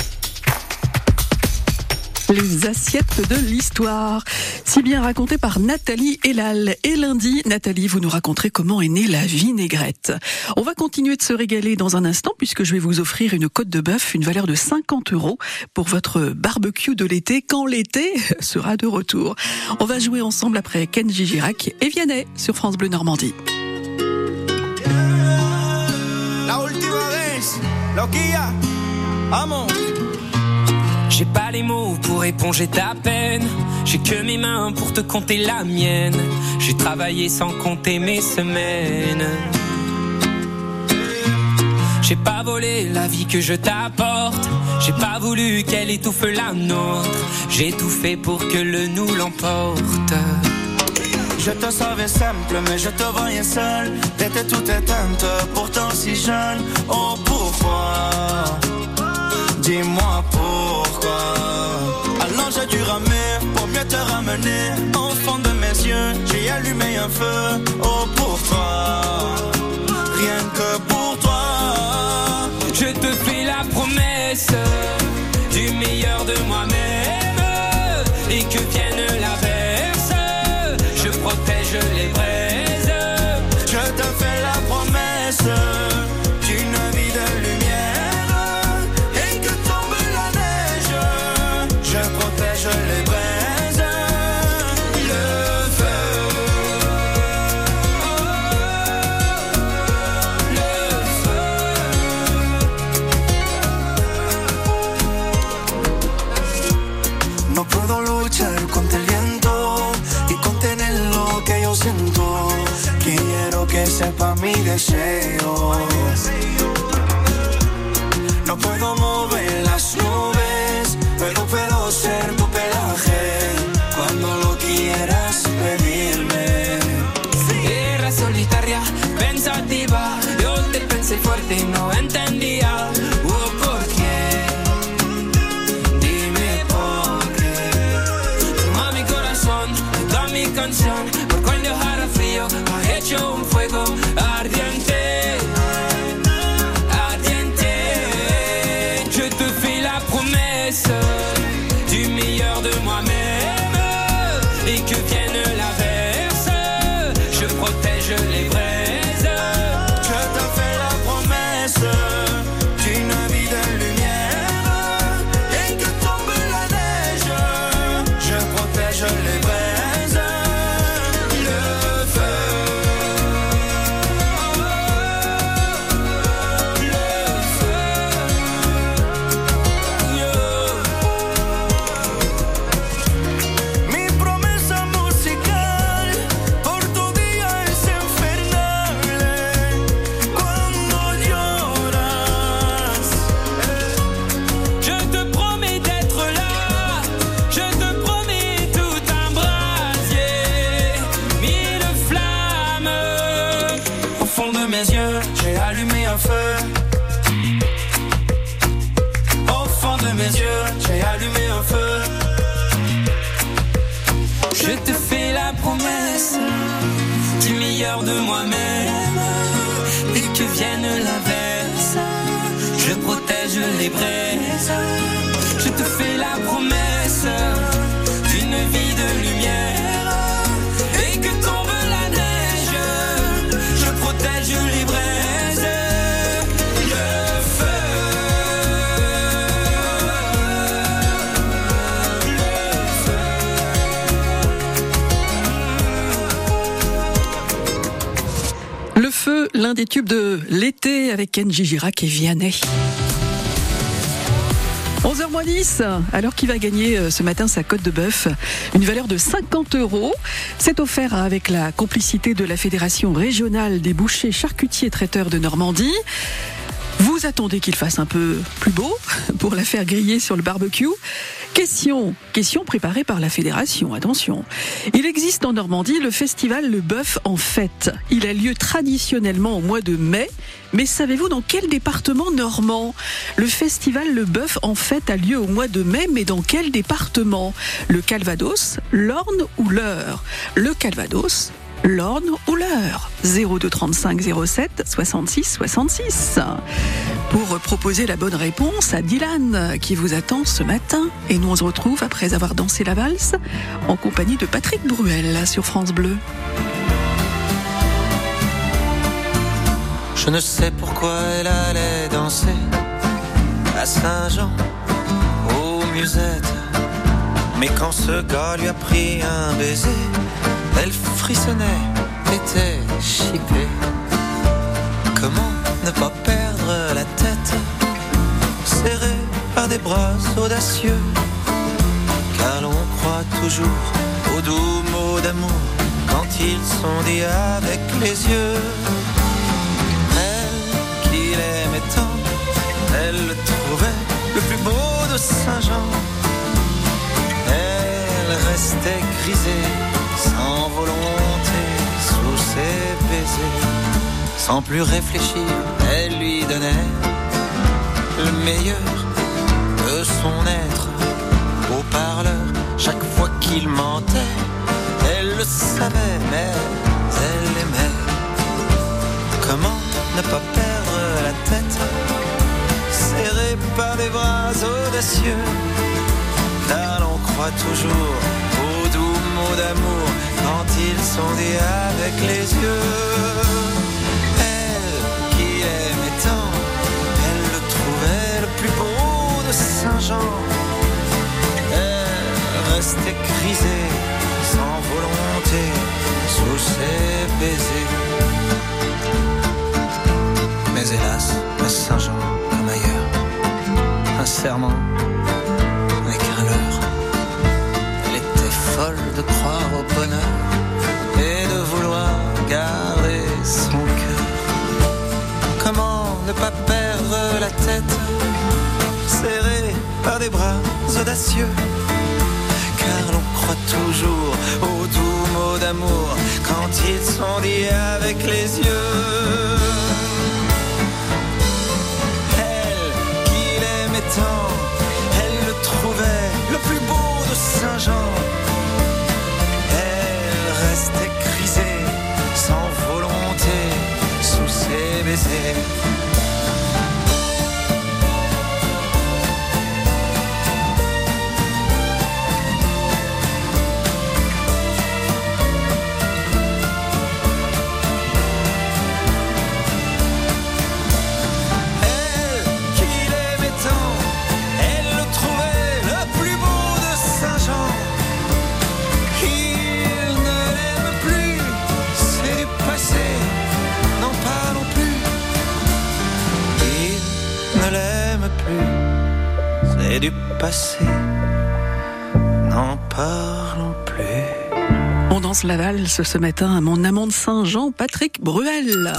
C: Les assiettes de l'histoire, si bien racontées par Nathalie Elal. Et lundi, Nathalie, vous nous raconterez comment est née la vinaigrette. On va continuer de se régaler dans un instant puisque je vais vous offrir une côte de bœuf, une valeur de cinquante euros pour votre barbecue de l'été, quand l'été sera de retour. On va jouer ensemble après Kenji Girac et Vianney sur France Bleu Normandie.
P: La última vez, loquilla, vamos. J'ai pas les mots pour éponger ta peine. J'ai que mes mains pour te compter la mienne. J'ai travaillé sans compter mes semaines. J'ai pas volé la vie que je t'apporte. J'ai pas voulu qu'elle étouffe la nôtre. J'ai tout fait pour que le nous l'emporte.
I: Je te savais simple, mais je te voyais seul. T'étais toute éteinte, pourtant si jeune. Oh pourquoi? Dis-moi pourquoi. Alors j'ai dû ramer pour mieux te ramener. Au fond de mes yeux, j'ai allumé un feu. Oh pour toi, rien que pour toi.
P: Je te fais la promesse du meilleur de moi-même.
I: d'une vie de lumière. Et que tombe la neige, je protège les braises. Le feu, le feu. No puedo luchar contra el viento y contener lo que yo siento. Quiero que sepa mi deseo. No puedo mover las nubes, pero puedo ser tu pelaje cuando lo quieras pedirme.
P: Era solitaria, pensativa, yo te pensé fuerte y no entendía. Oh, ¿por qué? Dime por qué. Toma mi corazón, toda mi canción, por cuando hará frío, ha hecho un fuego ardiente, ardiente. Je te fais la promesse du meilleur de moi-même et que vienne l'averse, je protège les braises.
I: Je te fais la promesse d'une vie de lumière. Et que tombe la neige, je protège les braises. Le feu, le feu, yo. Mi promesa musical por tu día es infernal. Cuando lloras,
P: Je te promets d'être là, je te promets tout un brasier, mille flammes.
I: au fond de mes yeux, j'ai allumé un feu. Au fond de mes yeux, j'ai allumé un feu.
P: Je te fais la promesse du meilleur de moi-même et que vienne l'averse, je protège les braises. Je te fais la promesse d'une vie de lumière et que tombe la neige, je protège les braises. Le feu,
C: Le feu, l'un des tubes de l'été avec Kenji Girac et Vianney. onze heures moins dix, alors qui va gagner euh, ce matin sa côte de bœuf, une valeur de cinquante euros. C'est offert avec la complicité de la Fédération régionale des bouchers charcutiers traiteurs de Normandie. Vous attendez qu'il fasse un peu plus beau pour la faire griller sur le barbecue. Question, question préparée par la Fédération, attention. Il existe en Normandie le festival Le Bœuf en Fête. Il a lieu traditionnellement au mois de mai, mais savez-vous dans quel département normand le festival Le Bœuf en Fête a lieu au mois de mai, mais dans quel département? Le Calvados, l'Orne ou l'Eure? Le Calvados, l'Orne ou l'Eure? zéro deux trente-cinq zéro sept soixante-six soixante-six. Pour proposer la bonne réponse à Dylan qui vous attend ce matin. Et nous on se retrouve après avoir dansé la valse en compagnie de Patrick Bruel sur France Bleu.
I: Je ne sais pourquoi elle allait danser à Saint-Jean, aux musettes. Mais quand ce gars lui a pris un baiser, elle frissonnait, était chippée. Comment ne pas perdre la tête, serrée par des bras audacieux, car l'on croit toujours aux doux mots d'amour quand ils sont dits avec les yeux. Elle qui l'aimait tant, elle le trouvait le plus beau de Saint-Jean. Elle restait grisée, sans volonté, sous ses baisers. Sans plus réfléchir, elle lui donnait le meilleur de son être. Au parleur, chaque fois qu'il mentait, elle le savait, mais elle aimait. Comment ne pas perdre la tête, serrée par des bras audacieux, car l'on croit toujours aux doux mots d'amour quand ils sont dits avec les yeux. Elle qui grisé, sans volonté, sous ses baisers. Mais hélas, à Saint-Jean, comme ailleurs, un serment n'est qu'un leurre. Elle était folle de croire au bonheur et de vouloir garder son cœur. Comment ne pas perdre la tête, serré par des bras audacieux, car l'on croit toujours aux doux mots d'amour quand ils sont dits avec les yeux. Elle, qui l'aimait tant, elle le trouvait le plus beau de Saint-Jean. Elle restait grisée, sans volonté, sous ses baisers. C'est du passé, n'en parlons plus.
C: On danse la valse ce matin à mon amant de Saint-Jean, Patrick Bruel.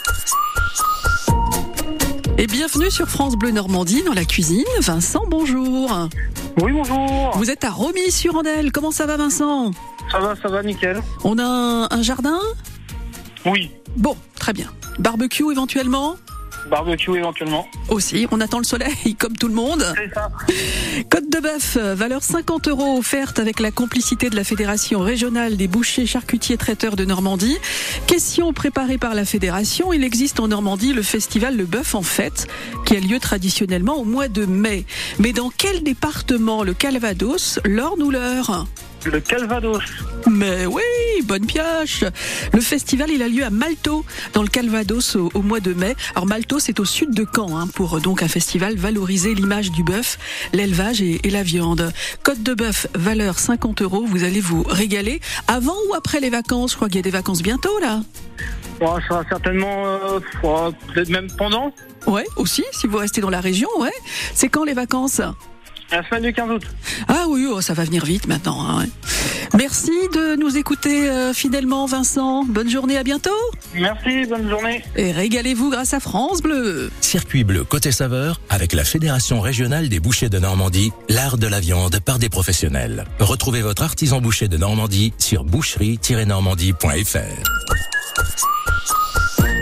C: Et bienvenue sur France Bleu Normandie dans la cuisine. Vincent, bonjour.
Q: Oui, bonjour.
C: Vous êtes à Romilly-sur-Andelle. Comment ça va, Vincent ?
Q: Ça va, ça va, nickel.
C: On a un, un jardin ?
Q: Oui.
C: Bon, très bien. Barbecue éventuellement ?
Q: Barbecue éventuellement.
C: Aussi, on attend le soleil comme tout le monde.
Q: C'est ça.
C: Côte de bœuf, valeur cinquante euros offerte avec la complicité de la Fédération régionale des bouchers, charcutiers, traiteurs de Normandie. Question préparée par la Fédération, il existe en Normandie le festival Le Bœuf en Fête qui a lieu traditionnellement au mois de mai. Mais dans quel département ? Le Calvados, l'Orne ou l'Eure ?
Q: Le Calvados.
C: Mais oui, bonne pioche. Le festival, il a lieu à Maltaux, dans le Calvados, au, au mois de mai. Alors Maltaux, c'est au sud de Caen, hein, pour donc un festival valoriser l'image du bœuf, l'élevage et, et la viande. Côte de bœuf, valeur cinquante euros. Vous allez vous régaler avant ou après les vacances. Je crois qu'il y a des vacances bientôt, là.
Q: Ouais, ça sera certainement, euh, ouais, peut-être même pendant.
C: Ouais, aussi, si vous restez dans la région, ouais. C'est quand les vacances ?
Q: La semaine du quinze août.
C: Ah oui, oh, ça va venir vite maintenant. Hein, ouais. Merci de nous écouter euh, fidèlement, Vincent. Bonne journée, à bientôt.
Q: Merci, bonne journée.
C: Et régalez-vous grâce à France Bleu.
D: Circuit bleu côté saveur avec la Fédération régionale des bouchers de Normandie, l'art de la viande par des professionnels. Retrouvez votre artisan boucher de Normandie sur boucherie tiret normandie point f r.